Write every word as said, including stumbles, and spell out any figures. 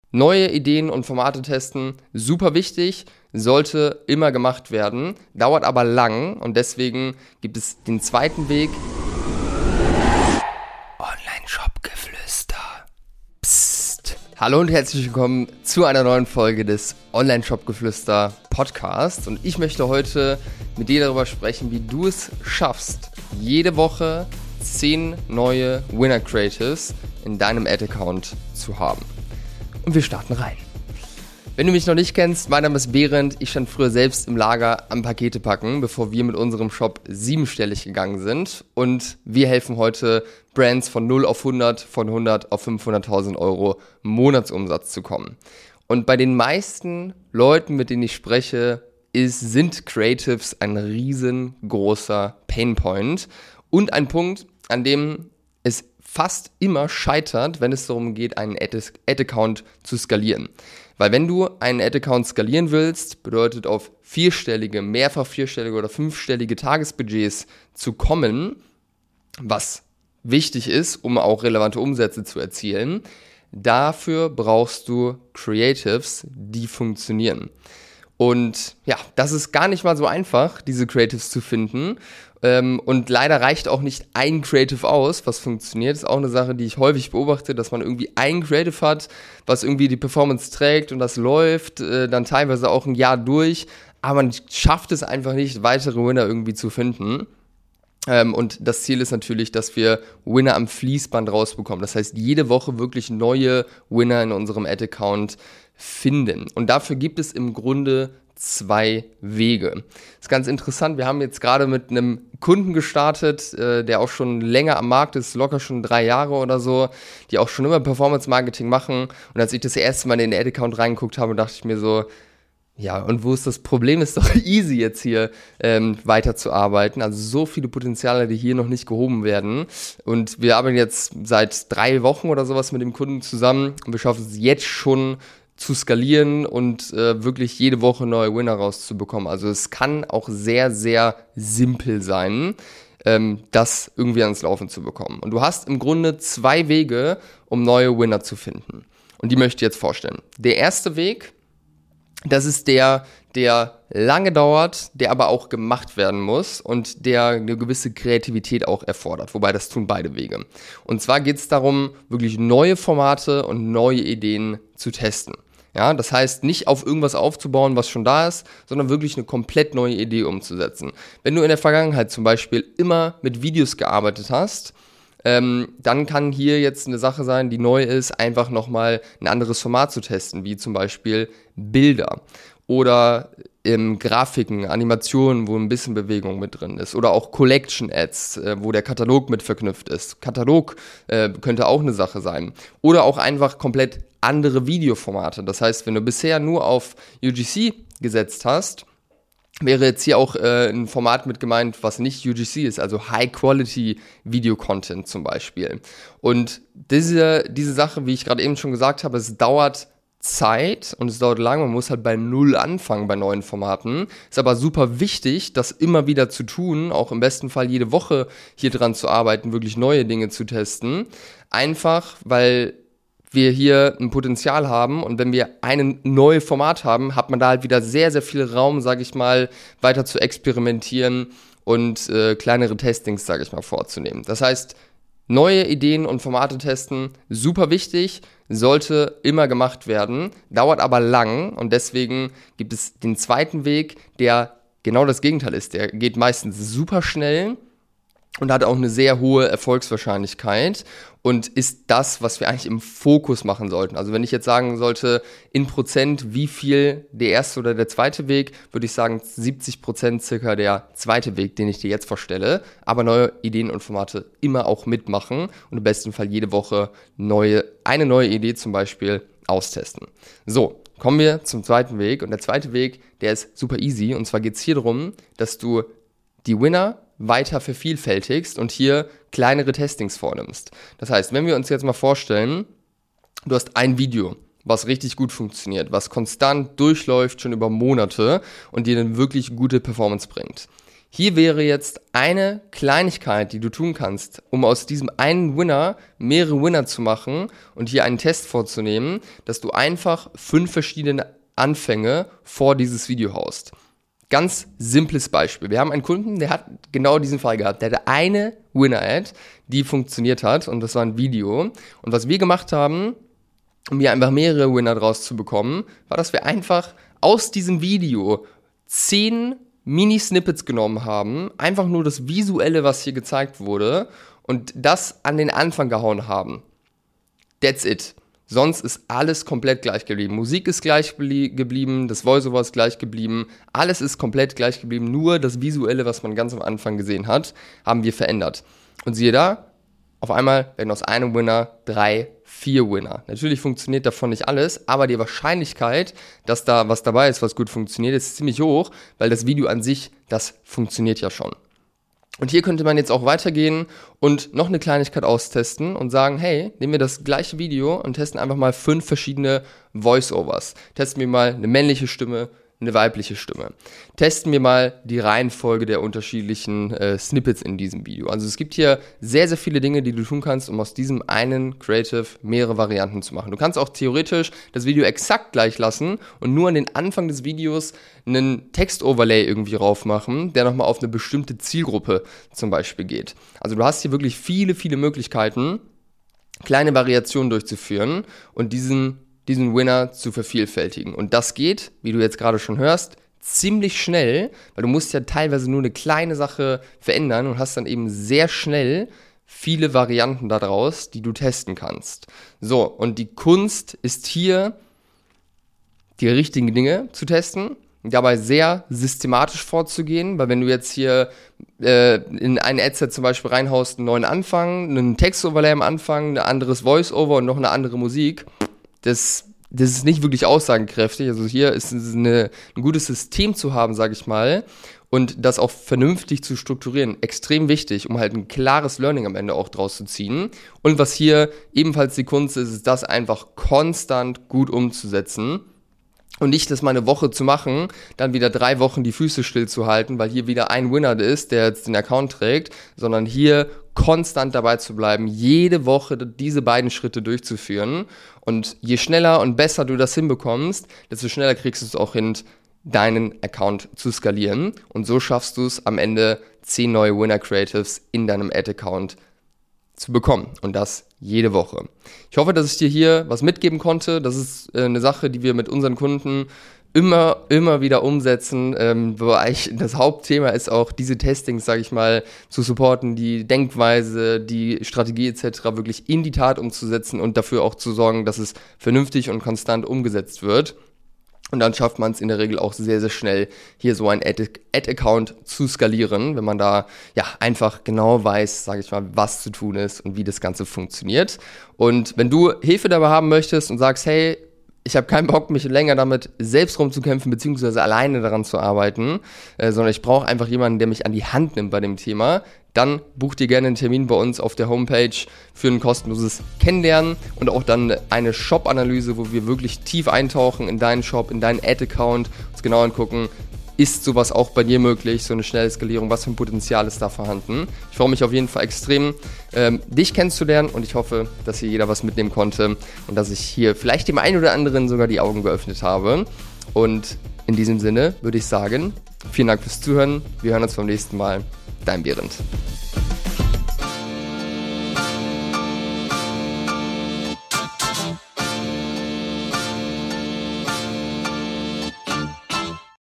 Neue Ideen und Formate testen, super wichtig, sollte immer gemacht werden, dauert aber lang und deswegen gibt es den zweiten Weg. Online-Shop-Geflüster. Psst. Hallo und herzlich willkommen zu einer neuen Folge des Online-Shop-Geflüster Podcasts und ich möchte heute mit dir darüber sprechen, wie du es schaffst, jede Woche zehn neue Winner-Creatives in deinem Ad-Account zu haben. Und wir starten rein. Wenn du mich noch nicht kennst, mein Name ist Berend. Ich stand früher selbst im Lager am Pakete packen, bevor wir mit unserem Shop siebenstellig gegangen sind. Und wir helfen heute Brands von null auf hundert, von hundert auf fünfhunderttausend Euro Monatsumsatz zu kommen. Und bei den meisten Leuten, mit denen ich spreche, ist, sind Creatives ein riesengroßer Painpoint und ein Punkt, an dem es fast immer scheitert, wenn es darum geht, einen Ad-Account zu skalieren. Weil wenn du einen Ad-Account skalieren willst, bedeutet auf vierstellige, mehrfach vierstellige oder fünfstellige Tagesbudgets zu kommen, was wichtig ist, um auch relevante Umsätze zu erzielen, dafür brauchst du Creatives, die funktionieren. Und ja, das ist gar nicht mal so einfach, diese Creatives zu finden. Und leider reicht auch nicht ein Creative aus, was funktioniert. Das ist auch eine Sache, die ich häufig beobachte, dass man irgendwie ein Creative hat, was irgendwie die Performance trägt und das läuft dann teilweise auch ein Jahr durch, aber man schafft es einfach nicht, weitere Winner irgendwie zu finden. Und das Ziel ist natürlich, dass wir Winner am Fließband rausbekommen. Das heißt, jede Woche wirklich neue Winner in unserem Ad-Account finden. Und dafür gibt es im Grunde zwei Wege. Das ist ganz interessant. Wir haben jetzt gerade mit einem Kunden gestartet, äh, der auch schon länger am Markt ist, locker schon drei Jahre oder so, die auch schon immer Performance-Marketing machen. Und als ich das erste Mal in den Ad-Account reingeguckt habe, dachte ich mir so, ja, und wo ist das Problem? Ist doch easy jetzt hier ähm, weiterzuarbeiten. Also so viele Potenziale, die hier noch nicht gehoben werden. Und wir arbeiten jetzt seit drei Wochen oder sowas mit dem Kunden zusammen und wir schaffen es jetzt schon zu skalieren und äh, wirklich jede Woche neue Winner rauszubekommen. Also es kann auch sehr, sehr simpel sein, ähm, das irgendwie ans Laufen zu bekommen. Und du hast im Grunde zwei Wege, um neue Winner zu finden. Und die möchte ich jetzt vorstellen. Der erste Weg, das ist der, der lange dauert, der aber auch gemacht werden muss und der eine gewisse Kreativität auch erfordert. Wobei, das tun beide Wege. Und zwar geht es darum, wirklich neue Formate und neue Ideen zu testen. Ja, das heißt, nicht auf irgendwas aufzubauen, was schon da ist, sondern wirklich eine komplett neue Idee umzusetzen. Wenn du in der Vergangenheit zum Beispiel immer mit Videos gearbeitet hast, ähm, dann kann hier jetzt eine Sache sein, die neu ist, einfach nochmal ein anderes Format zu testen, wie zum Beispiel Bilder oder ähm, Grafiken, Animationen, wo ein bisschen Bewegung mit drin ist oder auch Collection-Ads, äh, wo der Katalog mit verknüpft ist. Katalog äh, könnte auch eine Sache sein. Oder auch einfach komplett andere Videoformate. Das heißt, wenn du bisher nur auf U G C gesetzt hast, wäre jetzt hier auch äh, ein Format mit gemeint, was nicht U G C ist, also High-Quality-Video-Content zum Beispiel. Und diese, diese Sache, wie ich gerade eben schon gesagt habe, es dauert Zeit und es dauert lang, man muss halt bei Null anfangen bei neuen Formaten. Ist aber super wichtig, das immer wieder zu tun, auch im besten Fall jede Woche hier dran zu arbeiten, wirklich neue Dinge zu testen. Einfach, weil wir hier ein Potenzial haben und wenn wir ein neues Format haben, hat man da halt wieder sehr, sehr viel Raum, sage ich mal, weiter zu experimentieren und äh, kleinere Testings, sage ich mal, vorzunehmen. Das heißt, neue Ideen und Formate testen, super wichtig, sollte immer gemacht werden, dauert aber lang und deswegen gibt es den zweiten Weg, der genau das Gegenteil ist. Der geht meistens super schnell und hat auch eine sehr hohe Erfolgswahrscheinlichkeit und ist das, was wir eigentlich im Fokus machen sollten. Also wenn ich jetzt sagen sollte, in Prozent, wie viel der erste oder der zweite Weg, würde ich sagen siebzig Prozent circa der zweite Weg, den ich dir jetzt vorstelle. Aber neue Ideen und Formate immer auch mitmachen und im besten Fall jede Woche neue, eine neue Idee zum Beispiel austesten. So, kommen wir zum zweiten Weg. Und der zweite Weg, der ist super easy. Und zwar geht es hier darum, dass du die Winner weiter vervielfältigst und hier kleinere Testings vornimmst. Das heißt, wenn wir uns jetzt mal vorstellen, du hast ein Video, was richtig gut funktioniert, was konstant durchläuft, schon über Monate und dir dann wirklich gute Performance bringt. Hier wäre jetzt eine Kleinigkeit, die du tun kannst, um aus diesem einen Winner mehrere Winner zu machen und hier einen Test vorzunehmen, dass du einfach fünf verschiedene Anfänge vor dieses Video haust. Ganz simples Beispiel. Wir haben einen Kunden, der hat genau diesen Fall gehabt. Der hatte eine Winner-Ad, die funktioniert hat und das war ein Video. Und was wir gemacht haben, um hier einfach mehrere Winner draus zu bekommen, war, dass wir einfach aus diesem Video zehn Mini-Snippets genommen haben, einfach nur das Visuelle, was hier gezeigt wurde und das an den Anfang gehauen haben. That's it. Sonst ist alles komplett gleich geblieben. Musik ist gleich geblieben, das Voiceover ist gleich geblieben, alles ist komplett gleich geblieben, nur das Visuelle, was man ganz am Anfang gesehen hat, haben wir verändert. Und siehe da, auf einmal werden aus einem Winner drei, vier Winner. Natürlich funktioniert davon nicht alles, aber die Wahrscheinlichkeit, dass da was dabei ist, was gut funktioniert, ist ziemlich hoch, weil das Video an sich, das funktioniert ja schon. Und hier könnte man jetzt auch weitergehen und noch eine Kleinigkeit austesten und sagen, hey, nehmen wir das gleiche Video und testen einfach mal fünf verschiedene Voice-Overs. Testen wir mal eine männliche Stimme, eine weibliche Stimme. Testen wir mal die Reihenfolge der unterschiedlichen äh, Snippets in diesem Video. Also es gibt hier sehr, sehr viele Dinge, die du tun kannst, um aus diesem einen Creative mehrere Varianten zu machen. Du kannst auch theoretisch das Video exakt gleich lassen und nur an den Anfang des Videos einen Text-Overlay irgendwie raufmachen, der nochmal auf eine bestimmte Zielgruppe zum Beispiel geht. Also du hast hier wirklich viele, viele Möglichkeiten, kleine Variationen durchzuführen und diesen diesen Winner zu vervielfältigen. Und das geht, wie du jetzt gerade schon hörst, ziemlich schnell, weil du musst ja teilweise nur eine kleine Sache verändern und hast dann eben sehr schnell viele Varianten daraus, die du testen kannst. So, und die Kunst ist hier, die richtigen Dinge zu testen, dabei sehr systematisch vorzugehen, weil wenn du jetzt hier äh, in ein Adset zum Beispiel reinhaust, einen neuen Anfang, einen Text-Overlay am Anfang, ein anderes Voice-Over und noch eine andere Musik, Das, das ist nicht wirklich aussagenkräftig. Also hier ist es eine, ein gutes System zu haben, sage ich mal, und das auch vernünftig zu strukturieren. Extrem wichtig, um halt ein klares Learning am Ende auch draus zu ziehen. Und was hier ebenfalls die Kunst ist, ist das einfach konstant gut umzusetzen. Und nicht das mal eine Woche zu machen, dann wieder drei Wochen die Füße stillzuhalten, weil hier wieder ein Winner ist, der jetzt den Account trägt, sondern hier konstant dabei zu bleiben, jede Woche diese beiden Schritte durchzuführen. Und je schneller und besser du das hinbekommst, desto schneller kriegst du es auch hin, deinen Account zu skalieren. Und so schaffst du es am Ende, zehn neue Winner-Creatives in deinem Ad-Account zu bekommen. Und das jede Woche. Ich hoffe, dass ich dir hier was mitgeben konnte. Das ist äh, eine Sache, die wir mit unseren Kunden immer, immer wieder umsetzen, ähm, wo eigentlich das Hauptthema ist auch, diese Testings, sage ich mal, zu supporten, die Denkweise, die Strategie et cetera wirklich in die Tat umzusetzen und dafür auch zu sorgen, dass es vernünftig und konstant umgesetzt wird. Und dann schafft man es in der Regel auch sehr, sehr schnell, hier so ein Ad-Account zu skalieren, wenn man da ja einfach genau weiß, sage ich mal, was zu tun ist und wie das Ganze funktioniert. Und wenn du Hilfe dabei haben möchtest und sagst, hey, ich habe keinen Bock, mich länger damit selbst rumzukämpfen, beziehungsweise alleine daran zu arbeiten, äh, sondern ich brauche einfach jemanden, der mich an die Hand nimmt bei dem Thema, dann buch dir gerne einen Termin bei uns auf der Homepage für ein kostenloses Kennenlernen und auch dann eine Shop-Analyse, wo wir wirklich tief eintauchen in deinen Shop, in deinen Ad-Account, uns genau angucken, ist sowas auch bei dir möglich, so eine schnelle Skalierung, was für ein Potenzial ist da vorhanden. Ich freue mich auf jeden Fall extrem, ähm, dich kennenzulernen und ich hoffe, dass hier jeder was mitnehmen konnte und dass ich hier vielleicht dem einen oder anderen sogar die Augen geöffnet habe. Und in diesem Sinne würde ich sagen, vielen Dank fürs Zuhören, wir hören uns beim nächsten Mal. Dein Behrend.